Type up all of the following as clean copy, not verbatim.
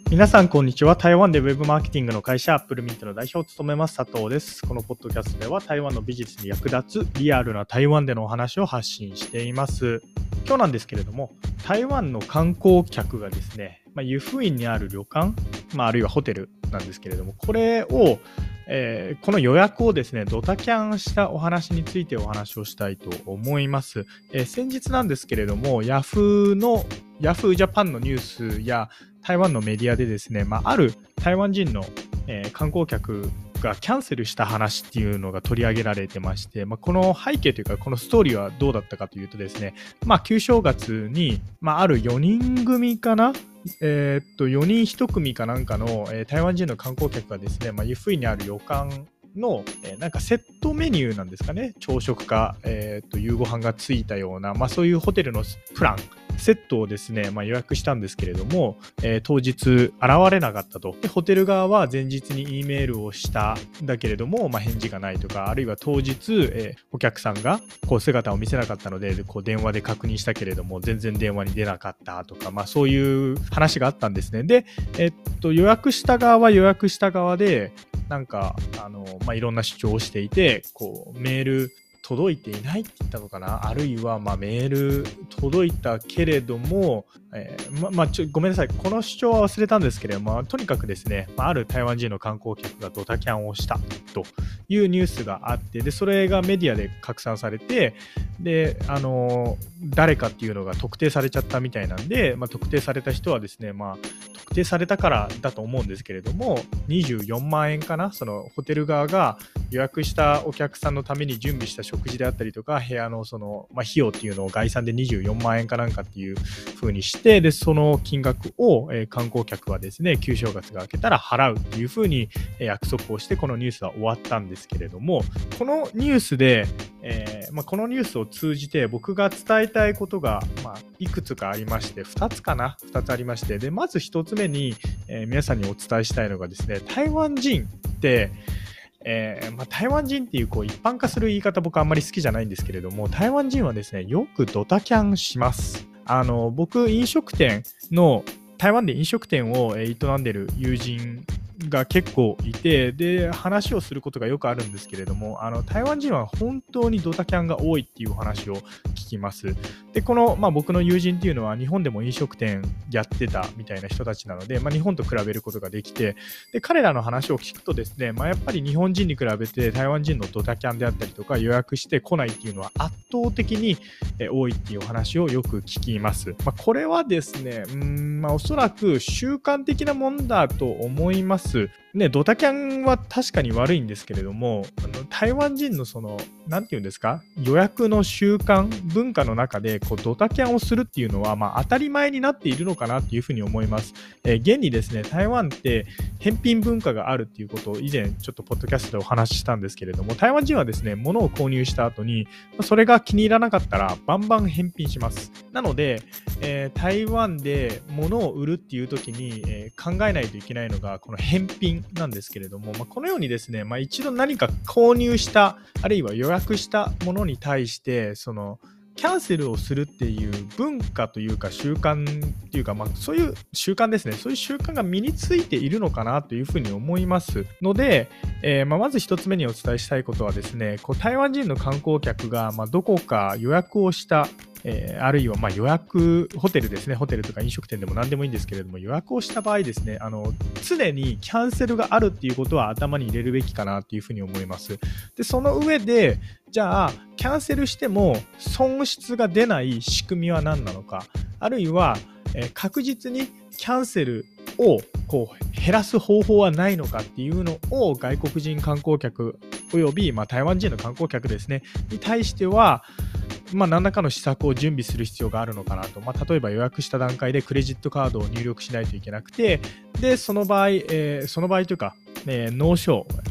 皆さんこんにちは。台湾でウェブマーケティングの会社アップルミントの代表を務めます佐藤です。このポッドキャストでは台湾のビジネスに役立つリアルな台湾でのお話を発信しています。今日なんですけれども、台湾の観光客がですね、湯布院にある旅館、あるいはホテルなんですけれども、これをこの予約をですね、ドタキャンしたお話についてお話をしたいと思います。先日なんですけれども、ヤフージャパンのニュースや台湾のメディアでですね、ある台湾人の、観光客がキャンセルした話っていうのが取り上げられてまして、この背景というかこのストーリーはどうだったかというとですね、旧正月に、ある4人組かな、4人1組かなんかの、台湾人の観光客がですね、湯布院にある旅館の、なんかセットメニューなんですかね、朝食か、夕ご飯がついたような、そういうホテルのプランセットをですね、予約したんですけれども、当日現れなかったと。でホテル側は前日に E メールをしたんだけれども、返事がないとか、あるいは当日、お客さんがこう姿を見せなかったので、こう電話で確認したけれども全然電話に出なかったとか、そういう話があったんですね。で、予約した側は予約した側でなんかいろんな主張をしていて、こうメール届いていないって言ったのかな、あるいはメール届いたけれども、ごめんなさい、この主張は忘れたんですけれども、とにかくですね、ある台湾人の観光客がドタキャンをしたというニュースがあって、でそれがメディアで拡散されて、で誰かっていうのが特定されちゃったみたいなんで、特定された人はですね、特定されたからだと思うんですけれども、24万円かな、そのホテル側が予約したお客さんのために準備した食事であったりとか、部屋のその、費用っていうのを概算で24万円かなんかっていう風にして、でその金額を、観光客はですね、旧正月が明けたら払うっていう風に、約束をして、このニュースは終わったんですけれども、このニュースで、このニュースを通じて僕が伝えたいことが、いくつかありまして、2つありまして、でまず1つ目に、皆さんにお伝えしたいのがですね、台湾人って台湾人っていう、一般化する言い方、僕あんまり好きじゃないんですけれども、台湾人はですね、よくドタキャンします。僕台湾で飲食店を営んでる友人が結構いて、で話をすることがよくあるんですけれども、台湾人は本当にドタキャンが多いっていう話を聞きます。でこの、僕の友人っていうのは日本でも飲食店やってたみたいな人たちなので、日本と比べることができて、で彼らの話を聞くとですね、やっぱり日本人に比べて台湾人のドタキャンであったりとか予約して来ないっていうのは圧倒的に多いっていうお話をよく聞きます。これはですね、おそらく習慣的なもんだと思います。ドタキャンは確かに悪いんですけれども、台湾人のそのなんていうんですか、予約の習慣文化の中でドタキャンをするっていうのは当たり前になっているのかなっていうふうに思います。現にですね、台湾って返品文化があるっていうことを以前ちょっとポッドキャストでお話ししたんですけれども、台湾人はですね、物を購入した後にそれが気に入らなかったらバンバン返品します。なので、台湾で物を売るっていう時に、考えないといけないのがこの返品なんですけれども、このようにですね、一度何か購入したあるいは予約したものに対してそのキャンセルをするっていう文化というか習慣っていうか、そういう習慣ですね、そういう習慣が身についているのかなというふうに思いますので、まず一つ目にお伝えしたいことはですね、台湾人の観光客がどこか予約をしたあるいは予約ホテルですね、ホテルとか飲食店でも何でもいいんですけれども、予約をした場合ですね、常にキャンセルがあるっていうことは頭に入れるべきかなっていうふうに思います。でその上で、じゃあキャンセルしても損失が出ない仕組みは何なのか、あるいは、確実にキャンセルを減らす方法はないのかっていうのを、外国人観光客および、台湾人の観光客ですねに対しては何らかの施策を準備する必要があるのかなと。例えば予約した段階でクレジットカードを入力しないといけなくて、でその場合というか、ノーショー、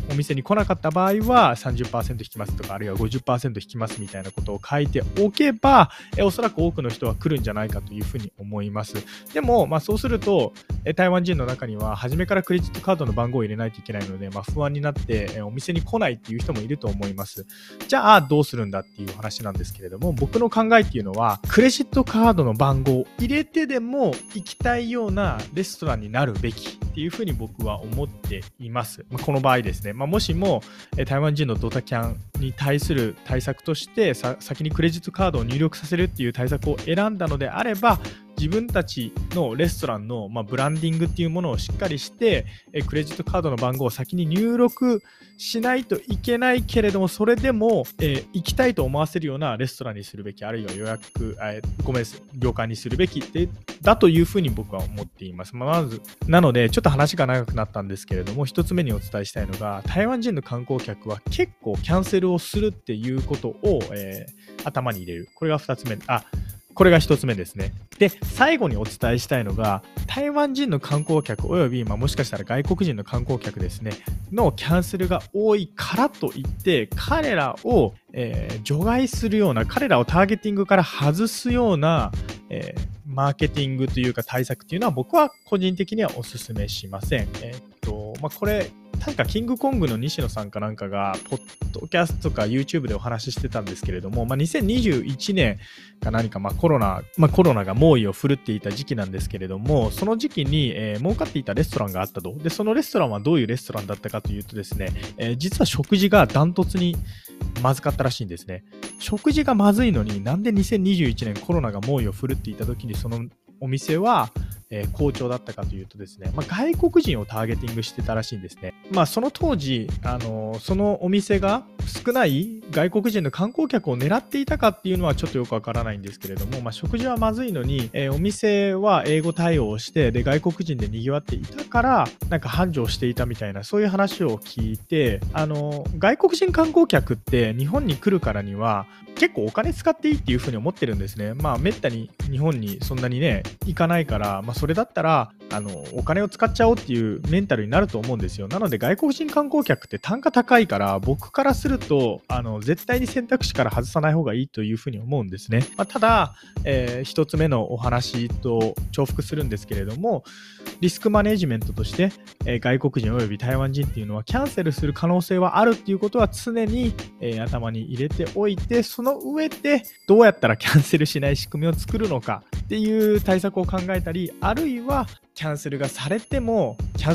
お店に来なかった場合は 30% 引きますとか、あるいは 50% 引きますみたいなことを書いておけば、おそらく多くの人は来るんじゃないかというふうに思います。でも、そうすると、台湾人の中には初めからクレジットカードの番号を入れないといけないので、不安になって、お店に来ないっていう人もいると思います。じゃあどうするんだっていう話なんですけれども、僕の考えっていうのは、クレジットカードの番号を入れてでも行きたいようなレストランになるべきっていうふうに僕は思っています。この場合ですね、もしも台湾人のドタキャンに対する対策として先にクレジットカードを入力させるっていう対策を選んだのであれば、自分たちのレストランの、ブランディングっていうものをしっかりして、クレジットカードの番号を先に入力しないといけないけれども、それでも、行きたいと思わせるようなレストランにするべき、あるいは旅館にするべきだというふうに僕は思っています。まず、なので、ちょっと話が長くなったんですけれども、一つ目にお伝えしたいのが、台湾人の観光客は結構キャンセルをするっていうことを、頭に入れる。これが一つ目ですね。で、最後にお伝えしたいのが、台湾人の観光客および、もしかしたら外国人の観光客ですね、のキャンセルが多いからといって、彼らを、除外するような、彼らをターゲティングから外すような、マーケティングというか対策っていうのは僕は個人的にはお勧めしません。これ、確かキングコングの西野さんかなんかが、ポッドキャストとか YouTube でお話ししてたんですけれども、2021年か何か、コロナが猛威を振るっていた時期なんですけれども、その時期に、儲かっていたレストランがあったと。で、そのレストランはどういうレストランだったかというとですね、実は食事がダントツにまずかったらしいんですね。食事がまずいのになんで2021年コロナが猛威を振るっていた時にそのお店は好調だったかというとですね、外国人をターゲティングしてたらしいんですね。その当時、そのお店が少ない外国人の観光客を狙っていたかっていうのはちょっとよくわからないんですけれども、食事はまずいのに、お店は英語対応をして、で、外国人で賑わっていたから、なんか繁盛していたみたいな、そういう話を聞いて、外国人観光客って日本に来るからには、結構お金使っていいっていうふうに思ってるんですね。めったに日本にそんなにね、行かないから、それだったら、お金を使っちゃおうっていうメンタルになると思うんですよ。なので外国人観光客って単価高いから、僕からすると、絶対に選択肢から外さない方がいいというふうに思うんですね。ただ、一つ目のお話と重複するんですけれども、リスクマネジメントとして、外国人および台湾人っていうのはキャンセルする可能性はあるっていうことは常に、頭に入れておいて、その上でどうやったらキャンセルしない仕組みを作るのかっていう対策を考えたり、あるいはキャンセルされても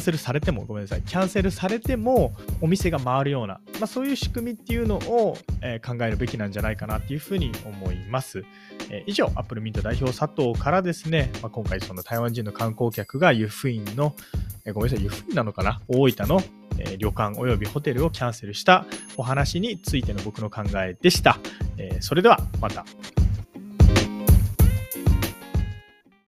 お店が回るような、そういう仕組みっていうのを、考えるべきなんじゃないかなっていうふうに思います。以上、アップルミント代表佐藤からですね、今回その台湾人の観光客が湯布院の、湯布院なのかな、大分の、旅館およびホテルをキャンセルしたお話についての僕の考えでした。それではまた。